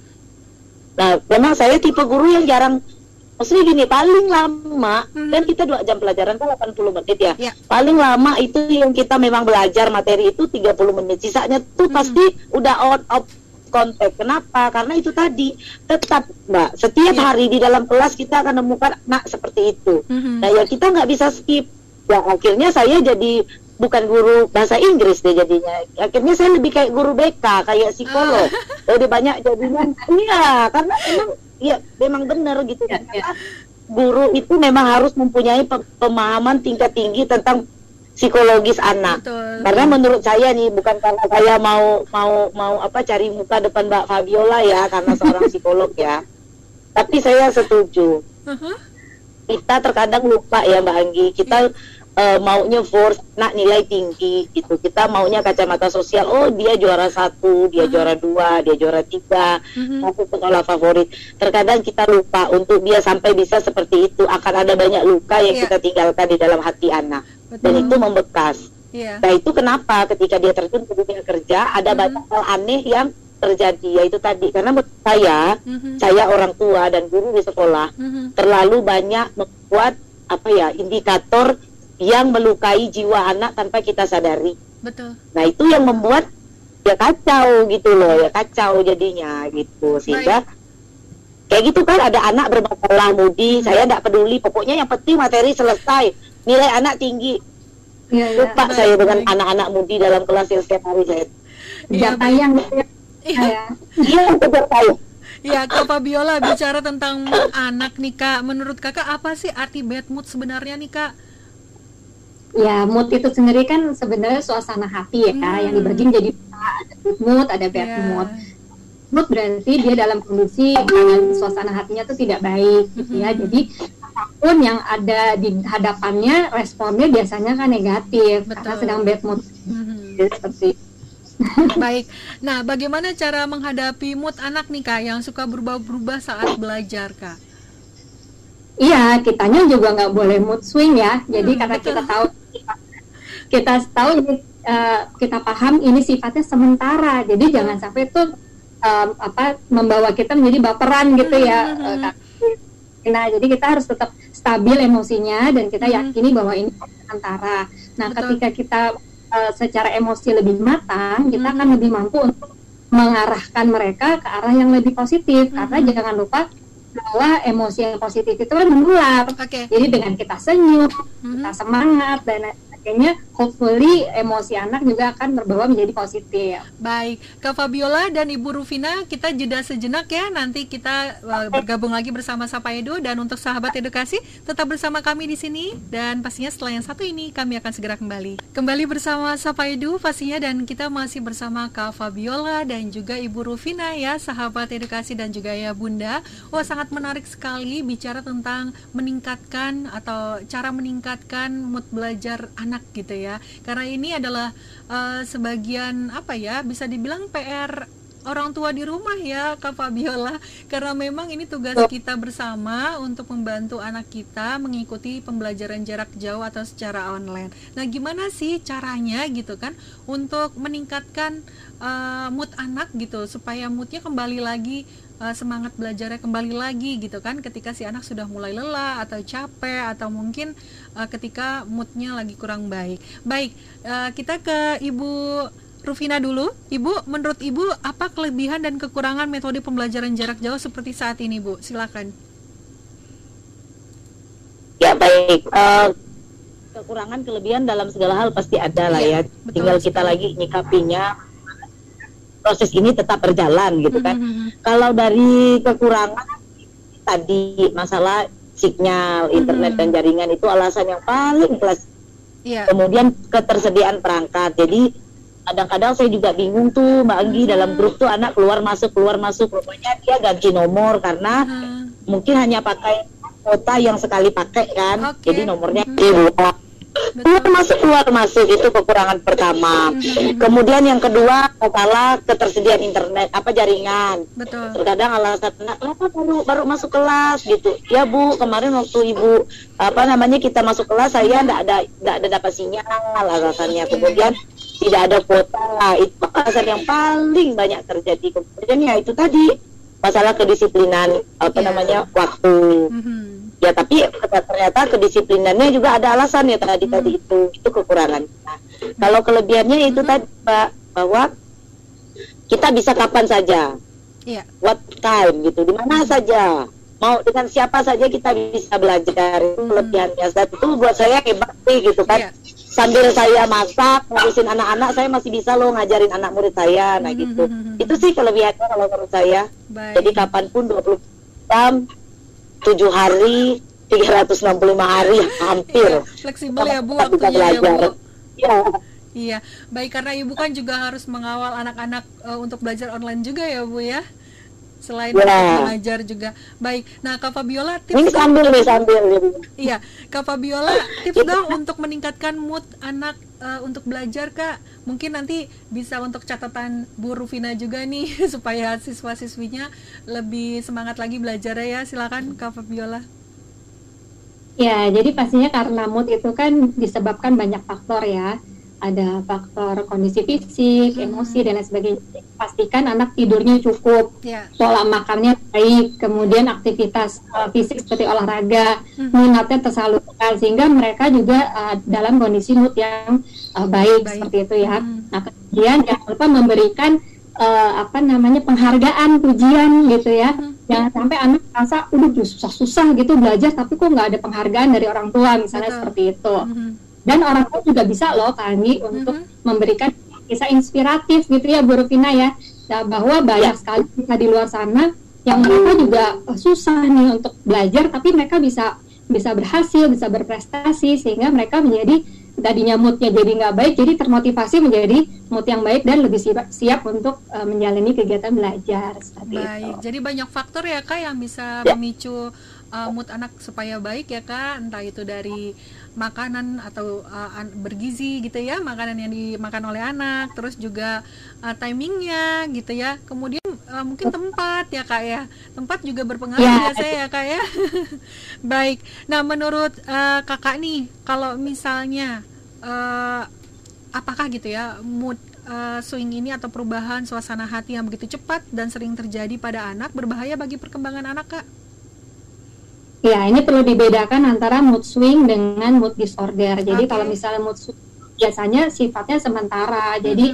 Nah, memang saya tipe guru yang jarang. Maksudnya gini, paling lama kan kita 2 jam pelajaran kan 80 menit ya. Paling lama itu yang kita memang belajar materi itu 30 menit. Sisanya tuh pasti udah out of contact. Kenapa? Karena itu tadi tetap Mbak, setiap hari di dalam kelas kita akan menemukan anak seperti itu. Nah ya kita nggak bisa skip. Ya akhirnya saya jadi bukan guru bahasa Inggris deh jadinya. Akhirnya saya lebih kayak guru BK, kayak psikolog. Jadi banyak jadinya. Iya, karena memang benar gitu kan. Karena guru itu memang harus mempunyai pemahaman tingkat tinggi tentang psikologis anak. Betul. Karena menurut saya nih, bukan karena saya mau cari muka depan Mbak Fabiola ya, karena seorang psikolog ya. Tapi saya setuju. Kita terkadang lupa ya Mbak Anggi. Kita maunya force nilai tinggi gitu. Kita maunya kacamata sosial. Oh dia juara 1, dia juara 2, dia juara 3, masuk sekolah favorit. Terkadang kita lupa untuk dia sampai bisa seperti itu akan ada banyak luka yang kita tinggalkan di dalam hati anak. Dan itu membekas. Nah itu kenapa ketika dia terjun ke dunia kerja ada banyak hal aneh yang terjadi, yaitu tadi karena menurut saya orang tua dan guru di sekolah terlalu banyak membuat indikator yang melukai jiwa anak tanpa kita sadari. Betul. Nah itu yang membuat ya kacau gitu loh, ya kacau jadinya gitu. Sehingga kayak gitu kan ada anak bermasalah moody, saya tidak peduli, pokoknya yang penting materi selesai, nilai anak tinggi. Lupa saya dengan anak-anak moody dalam kelas yang setiap hari saya. Tayang Iya, tayang. Ya, Kak Fabiola bicara tentang anak nih Kak, menurut Kakak apa sih arti bad mood sebenarnya nih Kak? Ya, mood itu sendiri kan sebenarnya suasana hati ya Kak, yang dibagi jadi ada good mood, ada bad mood. Mood berarti dia dalam kondisi suasana hatinya tuh tidak baik gitu ya. Jadi apapun yang ada di hadapannya responnya biasanya kan negatif. Karena sedang bad mood. Jadi seperti Baik. Nah, bagaimana cara menghadapi mood anak nih Kak yang suka berubah-berubah saat belajar Kak? Iya, kitanya juga nggak boleh mood swing ya. Jadi karena kita tahu kita paham ini sifatnya sementara. Jadi jangan sampai itu membawa kita menjadi baperan gitu ya. Nah, jadi kita harus tetap stabil emosinya dan kita yakini bahwa ini sementara. Nah, ketika kita secara emosi lebih matang, kita akan lebih mampu untuk mengarahkan mereka ke arah yang lebih positif. Karena jangan lupa bahwa emosi yang positif itu kan menular. Jadi dengan kita senyum, kita semangat dan akhirnya hopefully emosi anak juga akan terbawa menjadi positif. Baik, Kak Fabiola dan Ibu Rufina, kita jeda sejenak ya. Nanti kita bergabung lagi bersama Sapa Edu, dan untuk sahabat edukasi tetap bersama kami di sini, dan pastinya setelah yang satu ini kami akan segera kembali bersama Sapa Edu pastinya, dan kita masih bersama Kak Fabiola dan juga Ibu Rufina ya, sahabat edukasi dan juga ya Bunda. Wah, sangat menarik sekali bicara tentang meningkatkan atau cara meningkatkan mood belajar anak gitu ya, karena ini adalah sebagian bisa dibilang PR orang tua di rumah ya Kak Fabiola, karena memang ini tugas kita bersama untuk membantu anak kita mengikuti pembelajaran jarak jauh atau secara online. Nah, gimana sih caranya gitu kan untuk meningkatkan mood anak gitu, supaya moodnya kembali lagi, semangat belajarnya kembali lagi gitu kan, ketika si anak sudah mulai lelah atau capek, atau mungkin ketika moodnya lagi kurang baik. Baik, kita ke Ibu Rufina dulu. Ibu, menurut Ibu apa kelebihan dan kekurangan metode pembelajaran jarak jauh seperti saat ini, Bu? Silakan. Ya, baik. Kekurangan kelebihan dalam segala hal pasti ada lah ya. Tinggal kita lagi nyikapinya. Proses ini tetap berjalan gitu kan. Kalau dari kekurangan tadi masalah sinyal internet dan jaringan itu alasan yang paling plus. Kemudian ketersediaan perangkat. Jadi kadang-kadang saya juga bingung tuh Mbak Anggi, dalam grup tuh anak keluar masuk rupanya dia ganti nomor karena mungkin hanya pakai kuota yang sekali pakai kan. Jadi nomornya diubah. Keluar masuk itu kekurangan pertama. Kemudian yang kedua masalah ketersediaan internet jaringan. Terkadang alasan anak baru masuk kelas gitu. Ya Bu, kemarin waktu Ibu kita masuk kelas saya enggak ada dapat sinyal alasannya. Kemudian tidak ada kuota, itu alasan yang paling banyak terjadi. Kemudian ya itu tadi masalah kedisiplinan waktu. Ya tapi ternyata kedisiplinannya juga ada alasan ya tadi itu kekurangan. Nah, kalau kelebihannya itu tadi Pak, bahwa kita bisa kapan saja, what time gitu, di mana saja, mau dengan siapa saja kita bisa belajar. Itu kelebihannya. Dan itu buat saya hebat sih gitu kan. Sambil saya masak, ngurusin anak-anak, saya masih bisa loh ngajarin anak murid saya. Nah gitu. Itu sih kelebihannya kalau menurut saya. Jadi kapanpun 20 jam, 7 hari, 365 hari hampir. Fleksibel ya Bu waktunya ya Bu. Iya, baik, karena Ibu kan juga harus mengawal anak-anak untuk belajar online juga ya Bu ya. Selain mengajar juga. Baik. Nah, Kak Fabiola, tips ini sambil. Iya, Kak Fabiola, tips dong untuk meningkatkan mood anak untuk belajar, Kak. Mungkin nanti bisa untuk catatan Bu Rufina juga nih supaya siswa-siswinya lebih semangat lagi belajar ya. Silakan Kak Fabiola. Ya, jadi pastinya karena mood itu kan disebabkan banyak faktor ya. Ada faktor kondisi fisik, emosi, dan lain sebagainya. Pastikan anak tidurnya cukup, pola makannya baik, kemudian aktivitas fisik seperti olahraga, minatnya tersalurkan, sehingga mereka juga dalam kondisi mood yang baik seperti itu ya. Nah, kemudian jangan lupa memberikan penghargaan, pujian gitu ya. Jangan sampai anak merasa udah susah-susah gitu belajar, tapi kok nggak ada penghargaan dari orang tua, misalnya seperti itu. Dan orang tua juga bisa loh Kami untuk memberikan kisah inspiratif gitu ya Bu Rufina ya, bahwa banyak sekali kita di luar sana yang mereka juga susah nih untuk belajar, tapi mereka bisa berhasil, bisa berprestasi, sehingga mereka menjadi tadinya moodnya jadi nggak baik, jadi termotivasi menjadi mood yang baik dan lebih siap untuk menjalani kegiatan belajar seperti itu. Jadi banyak faktor ya Kak yang bisa memicu mood anak supaya baik ya Kak, entah itu dari makanan atau bergizi gitu ya, makanan yang dimakan oleh anak, terus juga timingnya gitu ya, kemudian mungkin tempat ya Kak ya, tempat juga berpengaruh biasanya ya Kak ya. Baik, nah menurut Kakak nih, kalau misalnya apakah gitu ya mood swing ini atau perubahan suasana hati yang begitu cepat dan sering terjadi pada anak berbahaya bagi perkembangan anak Kak? Ya, ini perlu dibedakan antara mood swing dengan mood disorder. Jadi kalau misalnya mood swing biasanya sifatnya sementara, jadi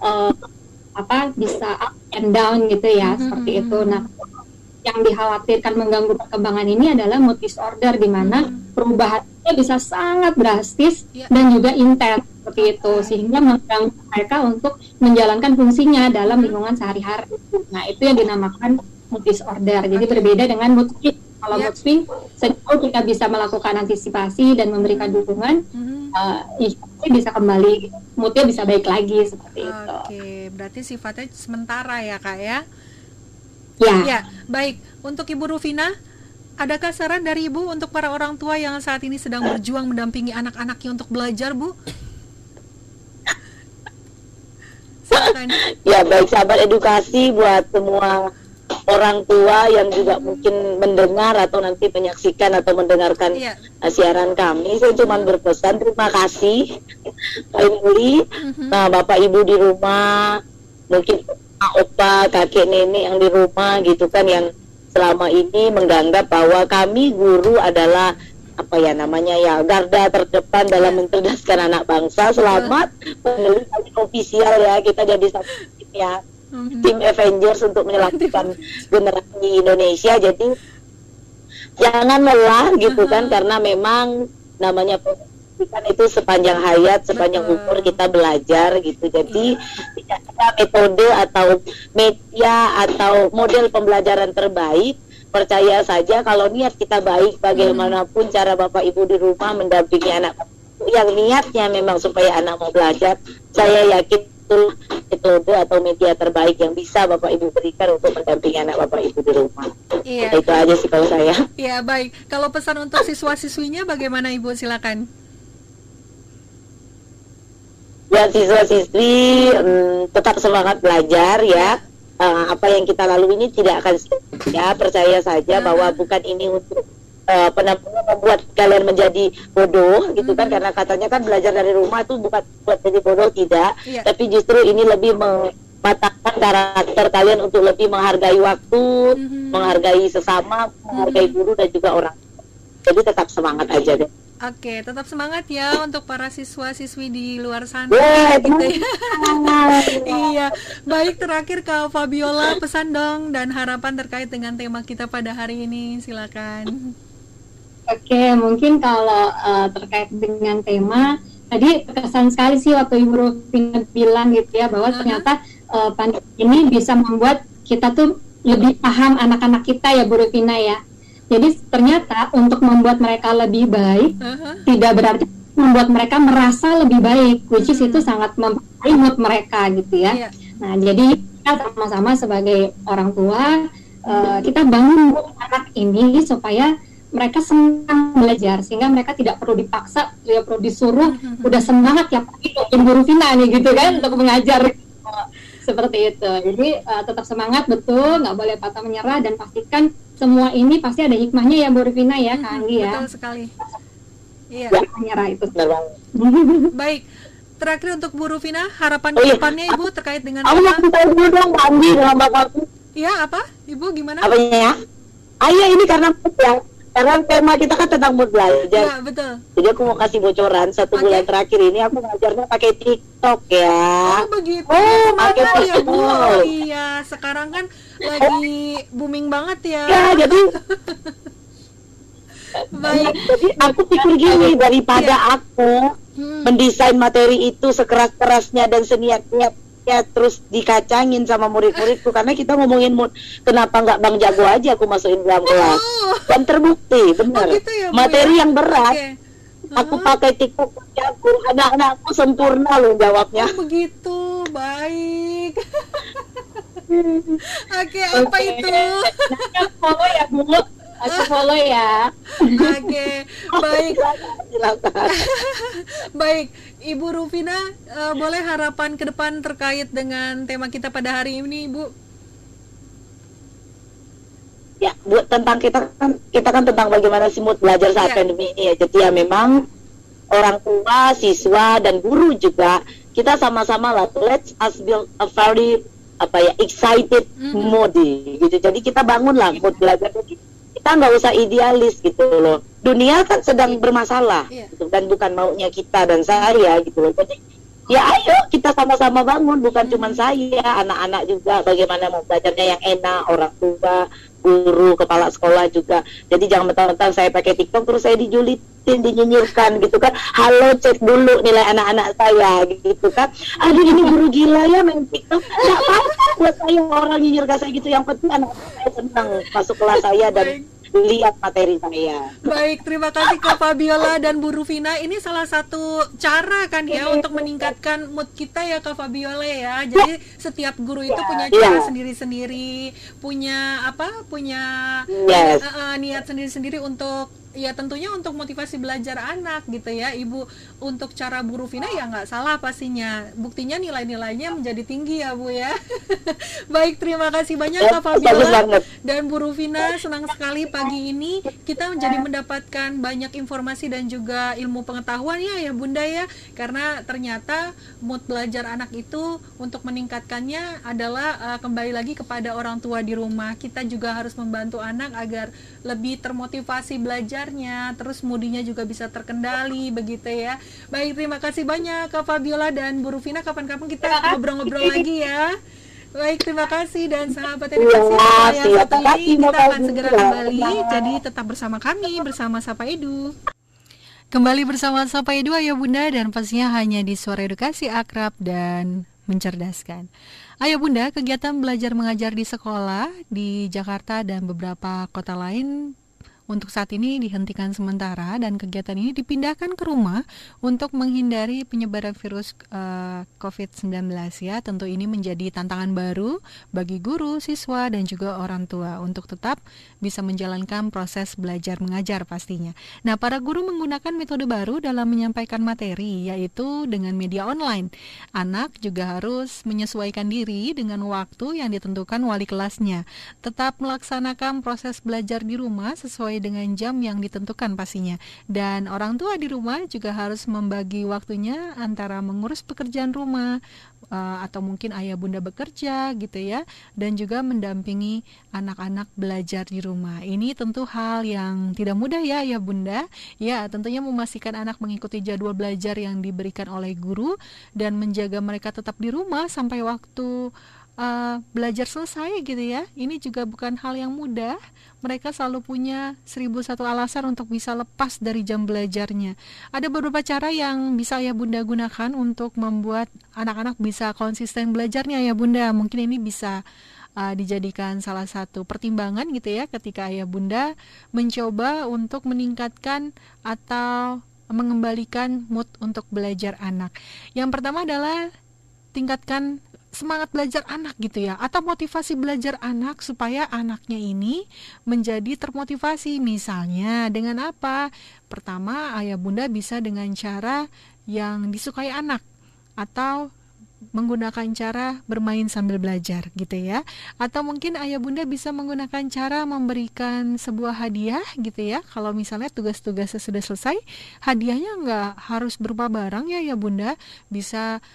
bisa up and down gitu ya, seperti itu. Nah, yang dikhawatirkan mengganggu perkembangan ini adalah mood disorder, di mana perubahannya bisa sangat drastis dan juga intens seperti itu, sehingga mengganggu mereka untuk menjalankan fungsinya dalam lingkungan sehari-hari. Nah, itu yang dinamakan mood disorder. Jadi berbeda dengan mood swing. Kalau mood swing, sejauh kita bisa melakukan antisipasi dan memberikan dukungan, bisa kembali, moodnya bisa baik lagi seperti itu. Oke, berarti sifatnya sementara ya Kak ya? Ya, baik. Untuk Ibu Rufina, adakah saran dari Ibu untuk para orang tua yang saat ini sedang berjuang mendampingi anak-anaknya untuk belajar, Bu? silakan. Ya, baik, sahabat edukasi buat semua orang tua yang juga mungkin mendengar atau nanti menyaksikan atau mendengarkan siaran kami. Saya cuma berpesan terima kasih Pak Imuli, nah Bapak Ibu di rumah, mungkin opa, kakek, nenek yang di rumah gitu kan, yang selama ini menganggap bahwa kami guru adalah apa ya namanya ya, garda terdepan dalam mencerdaskan anak bangsa. Selamat penulis ofisial ya, kita jadi satu tim ya, tim Avengers untuk menyelamatkan generasi Indonesia. Jadi jangan lelah gitu kan, karena memang namanya pendidikan itu sepanjang hayat, sepanjang umur kita belajar gitu. Jadi tidak ada metode atau media atau model pembelajaran terbaik. Percaya saja kalau niat kita baik, bagaimanapun cara Bapak Ibu di rumah mendampingi anak yang niatnya memang supaya anak mau belajar, saya yakin itu metode atau media terbaik yang bisa Bapak Ibu berikan untuk mendampingi anak Bapak Ibu di rumah. Iya. Itu aja sih kalau saya. Iya, baik. Kalau pesan untuk siswa-siswinya bagaimana Ibu? Silakan. Ya, siswa-siswi tetap semangat belajar ya. Apa yang kita lalui ini tidak akan ya, percaya saja bahwa bukan ini untuk membuat kalian menjadi bodoh gitu kan, karena katanya kan belajar dari rumah itu bukan buat jadi bodoh, tidak, tapi justru ini lebih mematangkan karakter kalian untuk lebih menghargai waktu, menghargai sesama, menghargai guru dan juga orang. Jadi tetap semangat aja deh. Oke, tetap semangat ya untuk para siswa-siswi di luar sana. Gitu ya. Iya, baik, terakhir Kak Fabiola, pesan dong dan harapan terkait dengan tema kita pada hari ini, silakan. Oke, mungkin kalau terkait dengan tema, tadi terkesan sekali sih waktu Ibu Rufina bilang gitu ya, bahwa ternyata pandemi ini bisa membuat kita tuh lebih paham anak-anak kita ya Bu Rufina ya. Jadi ternyata untuk membuat mereka lebih baik tidak berarti membuat mereka merasa lebih baik, which is itu sangat mempengaruhi mood mereka gitu ya. Nah, jadi kita sama-sama sebagai orang tua kita bangun anak ini supaya mereka senang belajar, sehingga mereka tidak perlu dipaksa, tidak perlu disuruh, udah semangat ya Pak Ibu Rufina nih gitu kan untuk mengajar. Seperti itu. Jadi tetap semangat, betul, nggak boleh patah menyerah, dan pastikan semua ini pasti ada hikmahnya ya Bu Rufina ya, Kak Anggi ya. Betul sekali. Iya. Menyerah itu. Baik. Terakhir untuk Bu Rufina, harapan kedepannya Ibu terkait dengan aku mau tahu dulu dong Kak Anggi dengan Bapakku. Iya, apa? Ibu gimana? Apanya ya? Iya, ini karena karena tema kita kan tentang mood belajar. Iya, betul. Jadi aku mau kasih bocoran, 1 bulan terakhir ini aku ngajarnya pakai TikTok ya. Oh begitu. Pakai ya Bu. TikTok. Oh iya, sekarang kan lagi booming banget ya. Ya, jadi baik. Jadi aku pikir gini, daripada aku mendesain materi itu sekeras-kerasnya dan seniat-niatnya terus dikacangin sama murid-muridku, karena kita ngomongin mood, kenapa nggak Bang Jago aja aku masukin dalam kelas. Dan terbukti benar, gitu ya, Bu, materi ya? yang berat aku pakai TikTok Bang Jago, anak-anakku sempurna loh jawabnya. Begitu, baik. Oke, apa itu? Follow ya Bu, aku follow ya. Oke, baik. Baik, Ibu Rufina, boleh harapan ke depan terkait dengan tema kita pada hari ini, Ibu? Ya, buat tentang kita kan tentang bagaimana sih mood belajar saat pandemi ini ya. Jadi ya memang orang tua, siswa dan guru juga kita sama-sama lah, let's us build a very excited mood gitu. Jadi kita bangunlah mood belajar. Jadi kita nggak usah idealis gitu loh. Dunia kan sedang bermasalah gitu, dan bukan maunya kita dan saya gitu loh. Jadi ya ayo kita sama-sama bangun, bukan cuma saya, anak-anak juga bagaimana mau belajarnya yang enak, orang tua, guru, kepala sekolah juga. Jadi jangan mentang-mentang saya pakai TikTok terus saya dijulitin, dinyinyirkan gitu kan. Halo, cek dulu nilai anak-anak saya gitu kan. Aduh, ini guru gila ya main TikTok. Nggak apa-apa buat saya orang nyinyirkan saya gitu. Yang penting anak saya senang masuk kelas saya dan lihat materi saya. Baik, terima kasih Kak Fabiola dan Bu Rufina. Ini salah satu cara kan ya untuk meningkatkan mood kita ya Kak Fabiola ya. Jadi setiap guru itu punya cara sendiri-sendiri, punya niat sendiri-sendiri untuk ya tentunya untuk motivasi belajar anak gitu ya Ibu. Untuk cara Bu Rufina ya nggak salah pastinya, buktinya nilai-nilainya menjadi tinggi ya Bu ya. Baik, terima kasih banyak Kak Fabiola dan Bu Rufina. Senang sekali pagi ini kita menjadi mendapatkan banyak informasi dan juga ilmu pengetahuan ya Bunda ya, karena ternyata mood belajar anak itu untuk meningkatkannya adalah kembali lagi kepada orang tua di rumah. Kita juga harus membantu anak agar lebih termotivasi belajarnya, terus moodinya juga bisa terkendali begitu ya. Baik, terima kasih banyak Kak Fabiola dan Bu Rufina. Kapan-kapan kita ngobrol-ngobrol lagi ya. Baik, terima kasih dan sahabat edukasi yang satu ini kita akan segera kembali. Jadi tetap bersama kami bersama Sapa Edu. Kembali bersama Sapa Edu Ayah Bunda, dan pastinya hanya di Suara Edukasi Akrab dan Mencerdaskan. Ayah Bunda, kegiatan belajar mengajar di sekolah di Jakarta dan beberapa kota lain untuk saat ini dihentikan sementara, dan kegiatan ini dipindahkan ke rumah untuk menghindari penyebaran virus COVID-19 ya. Tentu ini menjadi tantangan baru bagi guru, siswa, dan juga orang tua untuk tetap bisa menjalankan proses belajar mengajar pastinya. Nah, para guru menggunakan metode baru dalam menyampaikan materi, yaitu dengan media online. Anak juga harus menyesuaikan diri dengan waktu yang ditentukan wali kelasnya. Tetap melaksanakan proses belajar di rumah sesuai dengan jam yang ditentukan pastinya. Dan orang tua di rumah juga harus membagi waktunya antara mengurus pekerjaan rumah, atau mungkin ayah bunda bekerja gitu ya, dan juga mendampingi anak-anak belajar di rumah. Ini tentu hal yang tidak mudah ya ayah bunda. Ya, tentunya memastikan anak mengikuti jadwal belajar yang diberikan oleh guru dan menjaga mereka tetap di rumah sampai waktu belajar selesai gitu ya. Ini juga bukan hal yang mudah. Mereka selalu punya 1001 alasan untuk bisa lepas dari jam belajarnya. Ada beberapa cara yang bisa ayah bunda gunakan untuk membuat anak-anak bisa konsisten belajarnya ayah bunda. Mungkin ini bisa dijadikan salah satu pertimbangan gitu ya, ketika ayah bunda mencoba untuk meningkatkan atau mengembalikan mood untuk belajar anak. Yang pertama adalah tingkatkan semangat belajar anak gitu ya, atau motivasi belajar anak supaya anaknya ini menjadi termotivasi. Misalnya dengan apa? Pertama, ayah bunda bisa dengan cara yang disukai anak, atau menggunakan cara bermain sambil belajar gitu ya. Atau mungkin ayah bunda bisa menggunakan cara memberikan sebuah hadiah gitu ya. Kalau misalnya tugas-tugasnya sudah selesai, hadiahnya nggak harus berupa barang ya ayah bunda. Bisa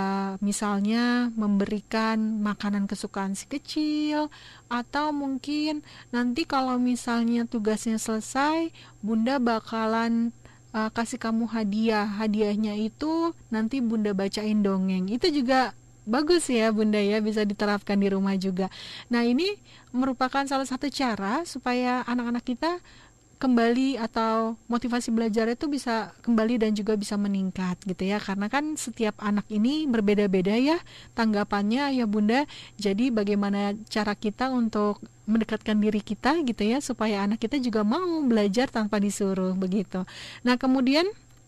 misalnya memberikan makanan kesukaan si kecil, atau mungkin nanti kalau misalnya tugasnya selesai, bunda bakalan kasih kamu hadiah. Hadiahnya itu nanti bunda bacain dongeng. Itu juga bagus ya bunda ya, bisa diterapkan di rumah juga. Nah, ini merupakan salah satu cara supaya anak-anak kita kembali, atau motivasi belajar itu bisa kembali dan juga bisa meningkat gitu ya. Karena kan setiap anak ini berbeda-beda ya tanggapannya ya bunda. Jadi bagaimana cara kita untuk mendekatkan diri kita gitu ya, supaya anak kita juga mau belajar tanpa disuruh begitu. Nah, kemudian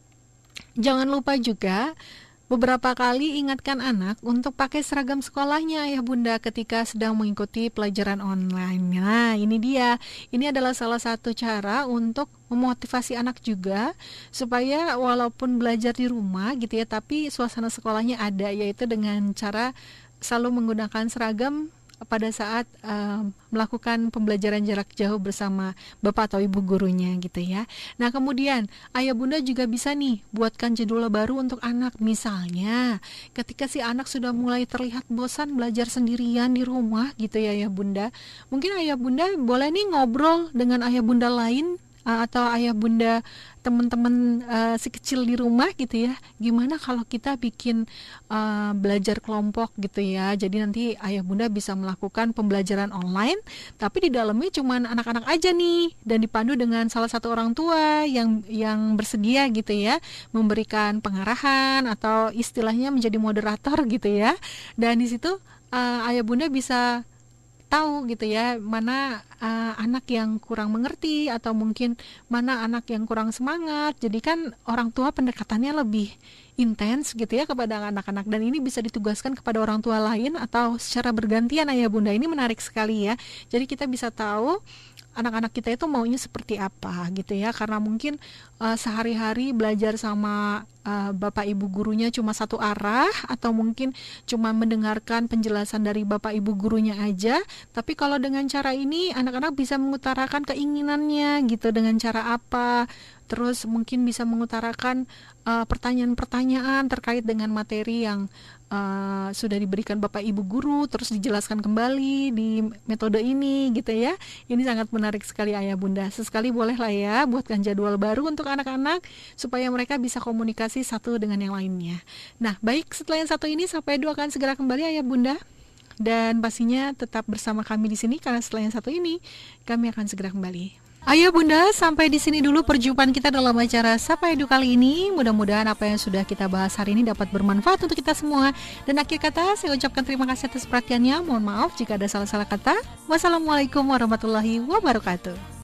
jangan lupa juga beberapa kali ingatkan anak untuk pakai seragam sekolahnya ya bunda ketika sedang mengikuti pelajaran online. Nah, ini dia. Ini adalah salah satu cara untuk memotivasi anak juga, supaya walaupun belajar di rumah gitu ya, tapi suasana sekolahnya ada, yaitu dengan cara selalu menggunakan seragam pada saat melakukan pembelajaran jarak jauh bersama bapak atau ibu gurunya gitu ya. Nah, kemudian ayah bunda juga bisa nih buatkan jadwal baru untuk anak. Misalnya ketika si anak sudah mulai terlihat bosan belajar sendirian di rumah gitu ya ayah bunda, mungkin ayah bunda boleh nih ngobrol dengan ayah bunda lain, atau ayah bunda teman-teman si kecil di rumah gitu ya. Gimana kalau kita bikin belajar kelompok gitu ya. Jadi nanti ayah bunda bisa melakukan pembelajaran online, tapi di dalamnya cuman anak-anak aja nih, dan dipandu dengan salah satu orang tua yang bersedia gitu ya, memberikan pengarahan atau istilahnya menjadi moderator gitu ya. Dan di situ ayah bunda bisa tahu gitu ya, mana anak yang kurang mengerti, atau mungkin mana anak yang kurang semangat. Jadi kan orang tua pendekatannya lebih intens gitu ya kepada anak-anak, dan ini bisa ditugaskan kepada orang tua lain atau secara bergantian ayah bunda. Ini menarik sekali ya. Jadi kita bisa tahu anak-anak kita itu maunya seperti apa gitu ya, karena mungkin sehari-hari belajar sama bapak ibu gurunya cuma satu arah, atau mungkin cuma mendengarkan penjelasan dari bapak ibu gurunya aja. Tapi kalau dengan cara ini anak-anak bisa mengutarakan keinginannya gitu, dengan cara apa, terus mungkin bisa mengutarakan pertanyaan-pertanyaan terkait dengan materi yang sudah diberikan bapak ibu guru, terus dijelaskan kembali di metode ini gitu ya. Ini sangat menarik sekali ayah bunda. Sesekali bolehlah ya buatkan jadwal baru untuk anak-anak supaya mereka bisa komunikasi satu dengan yang lainnya. Nah baik, setelah yang satu ini sampai dua akan segera kembali ayah bunda, dan pastinya tetap bersama kami di sini karena setelah yang satu ini kami akan segera kembali. Ayo bunda, sampai di sini dulu perjumpaan kita dalam acara Sapa Edu kali ini. Mudah-mudahan apa yang sudah kita bahas hari ini dapat bermanfaat untuk kita semua. Dan akhir kata saya ucapkan terima kasih atas perhatiannya. Mohon maaf jika ada salah-salah kata. Wassalamualaikum warahmatullahi wabarakatuh.